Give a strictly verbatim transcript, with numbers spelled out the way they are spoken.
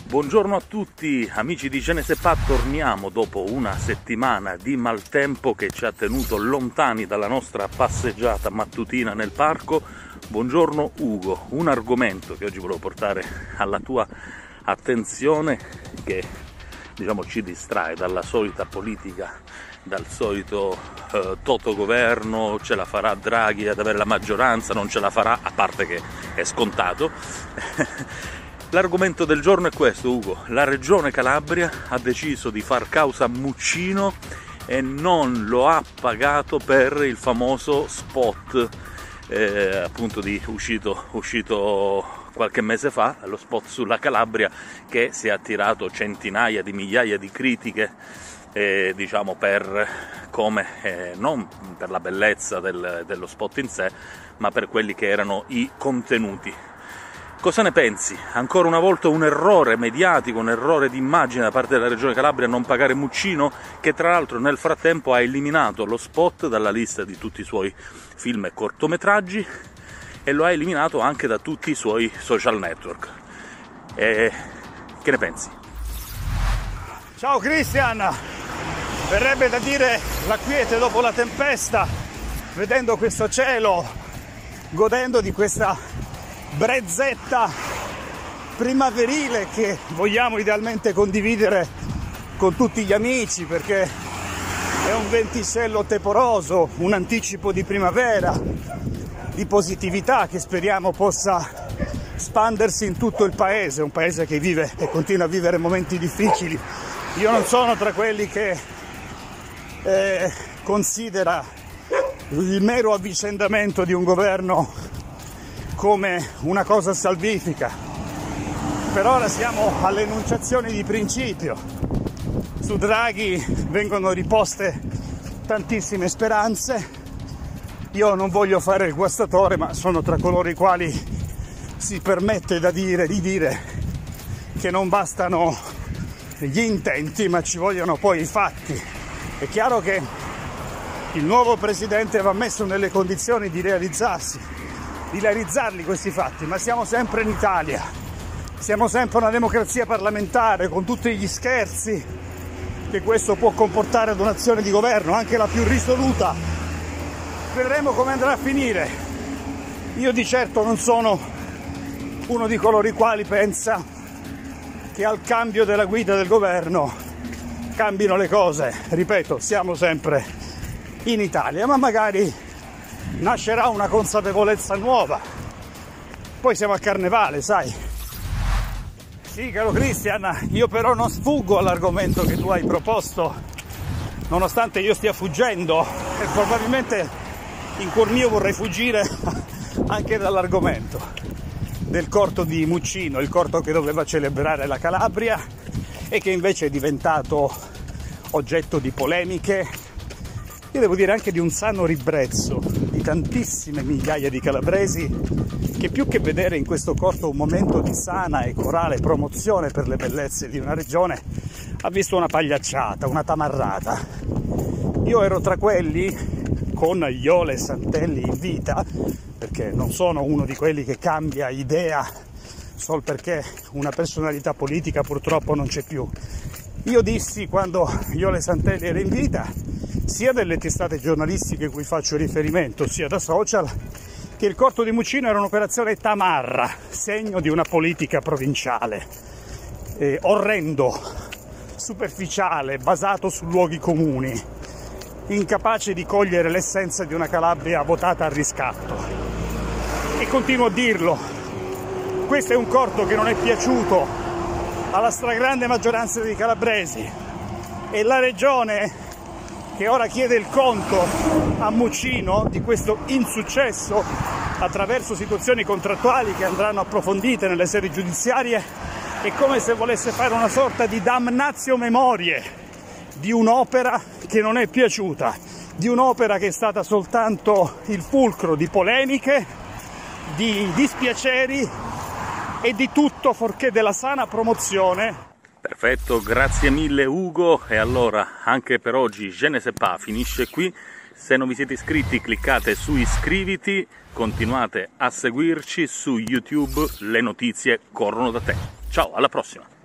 Buongiorno a tutti amici di Genesepa, torniamo dopo una settimana di maltempo che ci ha tenuto lontani dalla nostra passeggiata mattutina nel parco. Buongiorno Ugo, un argomento che oggi volevo portare alla tua attenzione che diciamo ci distrae dalla solita politica, dal solito eh, totogoverno, ce la farà Draghi ad avere la maggioranza, non ce la farà, a parte che è scontato. L'argomento del giorno è questo, Ugo. La regione Calabria ha deciso di far causa a Muccino e non lo ha pagato per il famoso spot eh, appunto di uscito, uscito qualche mese fa, lo spot sulla Calabria, che si è attirato centinaia di migliaia di critiche eh, diciamo per come eh, non per la bellezza del, dello spot in sé, ma per quelli che erano i contenuti. Cosa ne pensi? Ancora una volta un errore mediatico, un errore di immagine da parte della Regione Calabria a non pagare Muccino, che tra l'altro nel frattempo ha eliminato lo spot dalla lista di tutti i suoi film e cortometraggi e lo ha eliminato anche da tutti i suoi social network. E che ne pensi? Ciao Cristian! Verrebbe da dire la quiete dopo la tempesta, vedendo questo cielo, godendo di questa brezzetta primaverile che vogliamo idealmente condividere con tutti gli amici, perché è un venticello teporoso, un anticipo di primavera, di positività che speriamo possa spandersi in tutto il paese, un paese che vive e continua a vivere momenti difficili. Io non sono tra quelli che eh, considera il mero avvicendamento di un governo come una cosa salvifica. Per ora siamo alle enunciazioni di principio. Su Draghi vengono riposte tantissime speranze. Io non voglio fare il guastatore, ma sono tra coloro i quali si permette da dire, di dire che non bastano gli intenti, ma ci vogliono poi i fatti. È chiaro che il nuovo presidente va messo nelle condizioni di realizzarsi, di realizzarli questi fatti, ma siamo sempre in Italia, siamo sempre una democrazia parlamentare, con tutti gli scherzi che questo può comportare ad un'azione di governo, anche la più risoluta. Vedremo come andrà a finire. Io di certo non sono uno di coloro i quali pensa che al cambio della guida del governo cambino le cose. Ripeto, siamo sempre in Italia, ma magari nascerà una consapevolezza nuova. Poi siamo al carnevale, sai. Sì, caro Cristian, io però non sfuggo all'argomento che tu hai proposto, nonostante io stia fuggendo e probabilmente in cuor mio vorrei fuggire anche dall'argomento del corto di Muccino, il corto che doveva celebrare la Calabria e che invece è diventato oggetto di polemiche. Io devo dire anche di un sano ribrezzo di tantissime migliaia di calabresi che, più che vedere in questo corto un momento di sana e corale promozione per le bellezze di una regione, ha visto una pagliacciata, una tamarrata. Io ero tra quelli, con Iole Santelli in vita, perché non sono uno di quelli che cambia idea solo perché una personalità politica purtroppo non c'è più. Io dissi, quando Iole Santelli era in vita, sia delle testate giornalistiche a cui faccio riferimento, sia da social, che il corto di Muccino era un'operazione tamarra, segno di una politica provinciale, eh, orrendo, superficiale, basato su luoghi comuni, incapace di cogliere l'essenza di una Calabria votata a riscatto. E continuo a dirlo, questo è un corto che non è piaciuto alla stragrande maggioranza dei calabresi, e la regione che ora chiede il conto a Muccino di questo insuccesso attraverso situazioni contrattuali che andranno approfondite nelle sedi giudiziarie, è come se volesse fare una sorta di damnatio memoriae di un'opera che non è piaciuta, di un'opera che è stata soltanto il fulcro di polemiche, di dispiaceri e di tutto fuorché della sana promozione. Perfetto, grazie mille Ugo. E allora anche per oggi Genesepa finisce qui. Se non vi siete iscritti cliccate su iscriviti, continuate a seguirci su YouTube, le notizie corrono da te. Ciao, alla prossima!